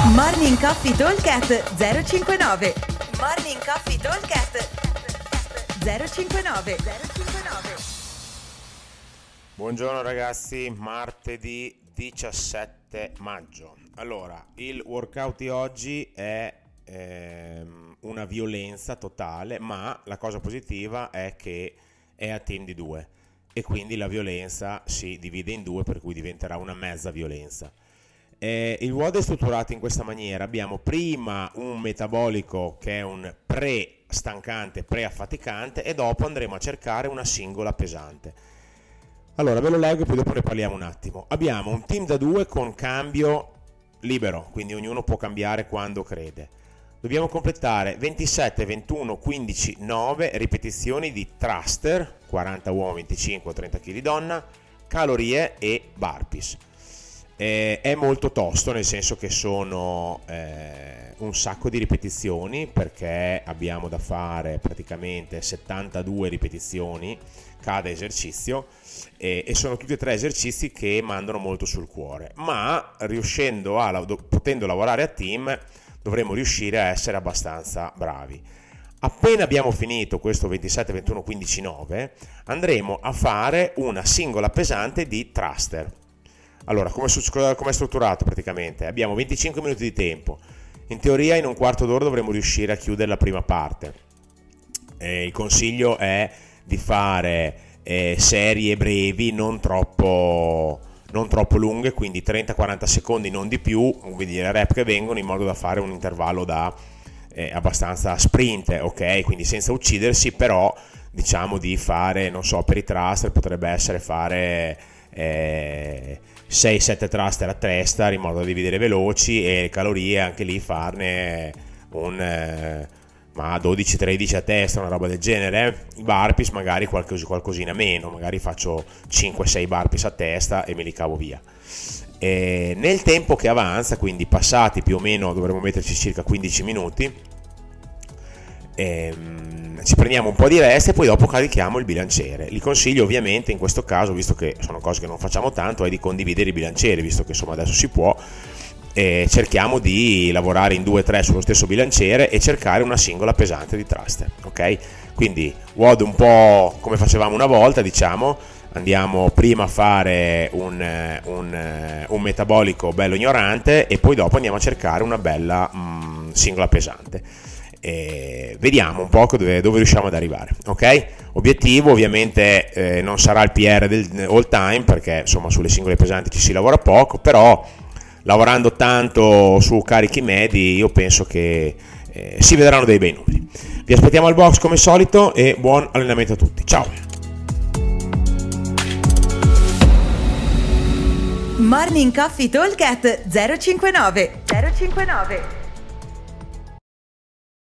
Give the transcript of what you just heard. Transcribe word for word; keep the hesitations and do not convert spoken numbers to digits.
Morning Coffee Talkcast zero cinquantanove. Morning Coffee Talkcast zero cinquantanove. Buongiorno ragazzi, martedì diciassette maggio. Allora, il workout di oggi è ehm, una violenza totale, ma la cosa positiva è che è a team di due e quindi la violenza si divide in due, per cui diventerà una mezza violenza. Eh, il W O D è strutturato in questa maniera: abbiamo prima un metabolico che è un pre-stancante, pre-affaticante, e dopo andremo a cercare una singola pesante. Allora ve lo leggo e poi dopo ne parliamo un attimo. Abbiamo un team da due con cambio libero, quindi ognuno può cambiare quando crede. Dobbiamo completare ventisette, ventuno, quindici, nove ripetizioni di thruster, quaranta uomo, venticinque o trenta chili donna, calorie e burpees. Eh, è molto tosto, nel senso che sono eh, un sacco di ripetizioni, perché abbiamo da fare praticamente settantadue ripetizioni cada esercizio, eh, e sono tutti e tre esercizi che mandano molto sul cuore, ma riuscendo a, potendo lavorare a team, dovremo riuscire a essere abbastanza bravi. Appena abbiamo finito questo ventisette, ventuno, quindici, nove, andremo a fare una singola pesante di thruster. Allora, come è strutturato praticamente? Abbiamo venticinque minuti di tempo. In teoria in un quarto d'ora dovremo riuscire a chiudere la prima parte. Eh, il consiglio è di fare eh, serie brevi, non troppo, non troppo lunghe, quindi trenta quaranta secondi, non di più, quindi le rep che vengono, in modo da fare un intervallo da eh, abbastanza sprint, ok? Quindi senza uccidersi, però diciamo di fare, non so, per i thruster potrebbe essere fare eh, sei sette thruster a testa, in modo da dividere veloci, e calorie anche lì farne un eh, ma dodici tredici a testa, una roba del genere. I burpees magari qualcos- qualcosina meno, magari faccio cinque sei burpees a testa e me li cavo via. E nel tempo che avanza, quindi passati più o meno, dovremo metterci circa quindici minuti, ehm, ci prendiamo un po' di rest e poi dopo carichiamo il bilanciere. Il consiglio ovviamente in questo caso, visto che sono cose che non facciamo tanto, è di condividere i bilancieri, visto che insomma adesso si può, e cerchiamo di lavorare in due tre sullo stesso bilanciere e cercare una singola pesante di thruster, ok? Quindi W O D un po' come facevamo una volta, diciamo, andiamo prima a fare un, un, un metabolico bello ignorante e poi dopo andiamo a cercare una bella mm, singola pesante. E vediamo un po' dove, dove riusciamo ad arrivare, ok? Obiettivo ovviamente eh, non sarà il P R del all time, perché insomma sulle singole pesanti ci si lavora poco, però lavorando tanto su carichi medi io penso che eh, si vedranno dei bei numeri. Vi aspettiamo al box come solito e buon allenamento a tutti, ciao! Morning Coffee Talkcast zero cinquantanove.